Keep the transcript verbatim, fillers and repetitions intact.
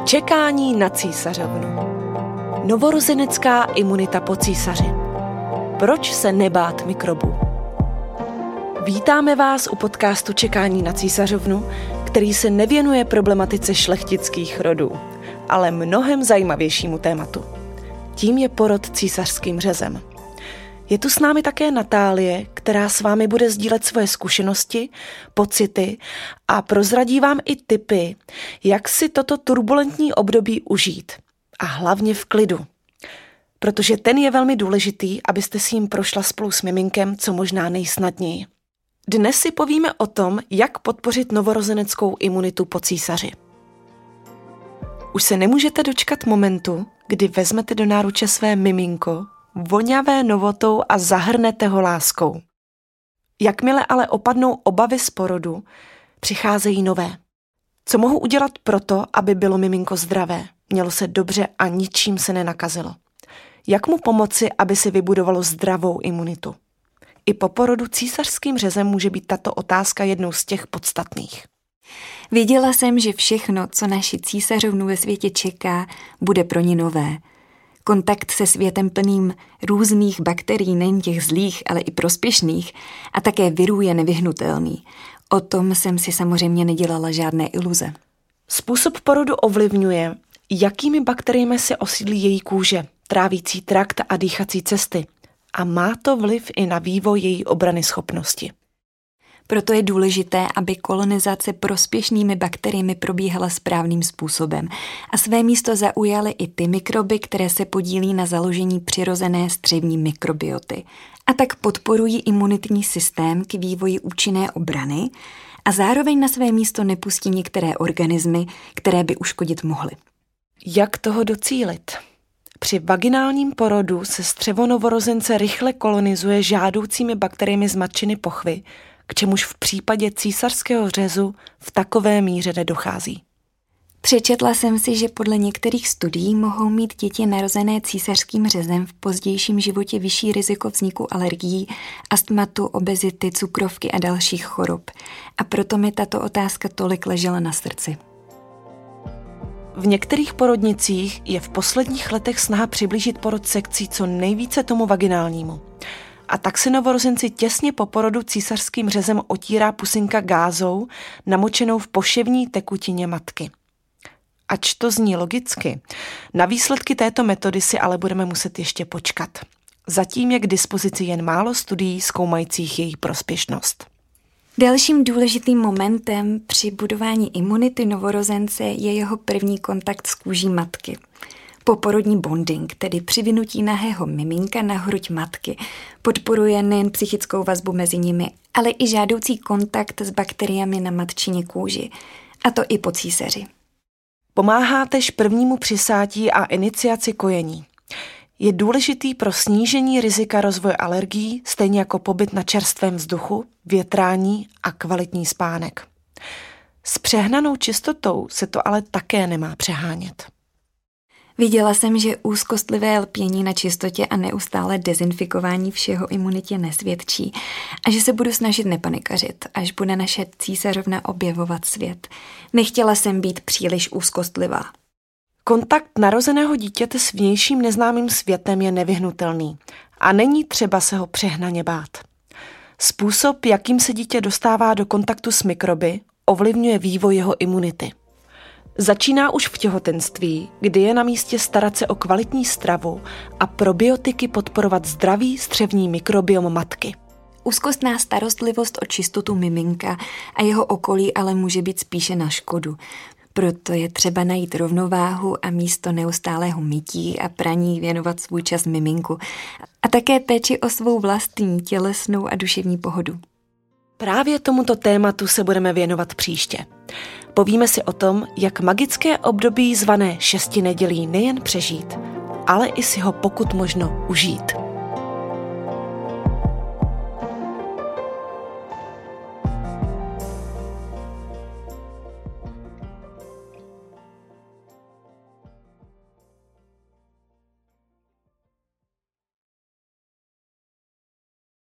Čekání na císařovnu. Novorozenecká imunita po císaři. Proč se nebát mikrobů? Vítáme vás u podcastu Čekání na císařovnu, který se nevěnuje problematice šlechtických rodů, ale mnohem zajímavějšímu tématu. Tím je porod císařským řezem. Je tu s námi také Natálie, která s vámi bude sdílet svoje zkušenosti, pocity a prozradí vám i tipy, jak si toto turbulentní období užít. A hlavně v klidu. Protože ten je velmi důležitý, abyste si jim prošla spolu s miminkem co možná nejsnadněji. Dnes si povíme o tom, jak podpořit novorozeneckou imunitu po císaři. Už se nemůžete dočkat momentu, kdy vezmete do náruče své miminko, voňavé novotou a zahrnete ho láskou. Jakmile ale opadnou obavy z porodu, přicházejí nové. Co mohu udělat proto, aby bylo miminko zdravé, mělo se dobře a ničím se nenakazilo? Jak mu pomoci, aby si vybudovalo zdravou imunitu? I po porodu císařským řezem může být tato otázka jednou z těch podstatných. Věděla jsem, že všechno, co naši císařovnu ve světě čeká, bude pro ní nové. Kontakt se světem plným různých bakterií, nejen těch zlých, ale i prospěšných, a také virů je nevyhnutelný. O tom jsem si samozřejmě nedělala žádné iluze. Způsob porodu ovlivňuje, jakými bakteriemi se osídlí její kůže, trávící trakt a dýchací cesty. A má to vliv i na vývoj její obranyschopnosti. Proto je důležité, aby kolonizace prospěšnými bakteriemi probíhala správným způsobem a své místo zaujaly i ty mikroby, které se podílí na založení přirozené střevní mikrobioty a tak podporují imunitní systém k vývoji účinné obrany a zároveň na své místo nepustí některé organismy, které by uškodit mohly. Jak toho docílit? Při vaginálním porodu se střevo novorozence rychle kolonizuje žádoucími bakteriemi z matčiny pochvy, k čemuž v případě císařského řezu v takové míře nedochází. Přečetla jsem si, že podle některých studií mohou mít děti narozené císařským řezem v pozdějším životě vyšší riziko vzniku alergií, astmatu, obezity, cukrovky a dalších chorob. A proto mi tato otázka tolik ležela na srdci. V některých porodnicích je v posledních letech snaha přiblížit porod sekcí co nejvíce tomu vaginálnímu. A tak se novorozenci těsně po porodu císařským řezem otírá pusinka gázou, namočenou v poševní tekutině matky. Ač to zní logicky, na výsledky této metody si ale budeme muset ještě počkat. Zatím je k dispozici jen málo studií zkoumajících její prospěšnost. Dalším důležitým momentem při budování imunity novorozence je jeho první kontakt s kůží matky. Poporodní bonding, tedy přivinutí nahého miminka na hruď matky, podporuje nejen psychickou vazbu mezi nimi, ale i žádoucí kontakt s bakteriemi na matčině kůži, a to i po císaři. Pomáhá též prvnímu přisátí a iniciaci kojení. Je důležitý pro snížení rizika rozvoje alergií, stejně jako pobyt na čerstvém vzduchu, větrání a kvalitní spánek. S přehnanou čistotou se to ale také nemá přehánět. Viděla jsem, že úzkostlivé lpění na čistotě a neustále dezinfikování všeho imunitě nesvědčí a že se budu snažit nepanikařit, až bude naše císařovna objevovat svět. Nechtěla jsem být příliš úzkostlivá. Kontakt narozeného dítěte s vnějším neznámým světem je nevyhnutelný a není třeba se ho přehnaně bát. Způsob, jakým se dítě dostává do kontaktu s mikroby, ovlivňuje vývoj jeho imunity. Začíná už v těhotenství, kdy je na místě starat se o kvalitní stravu a probiotiky podporovat zdravý střevní mikrobiom matky. Úzkostná starostlivost o čistotu miminka a jeho okolí ale může být spíše na škodu. Proto je třeba najít rovnováhu a místo neustálého mytí a praní věnovat svůj čas miminku a také péči o svou vlastní tělesnou a duševní pohodu. Právě tomuto tématu se budeme věnovat příště. Povíme si o tom, jak magické období zvané šesti nedělí nejen přežít, ale i si ho pokud možno užít.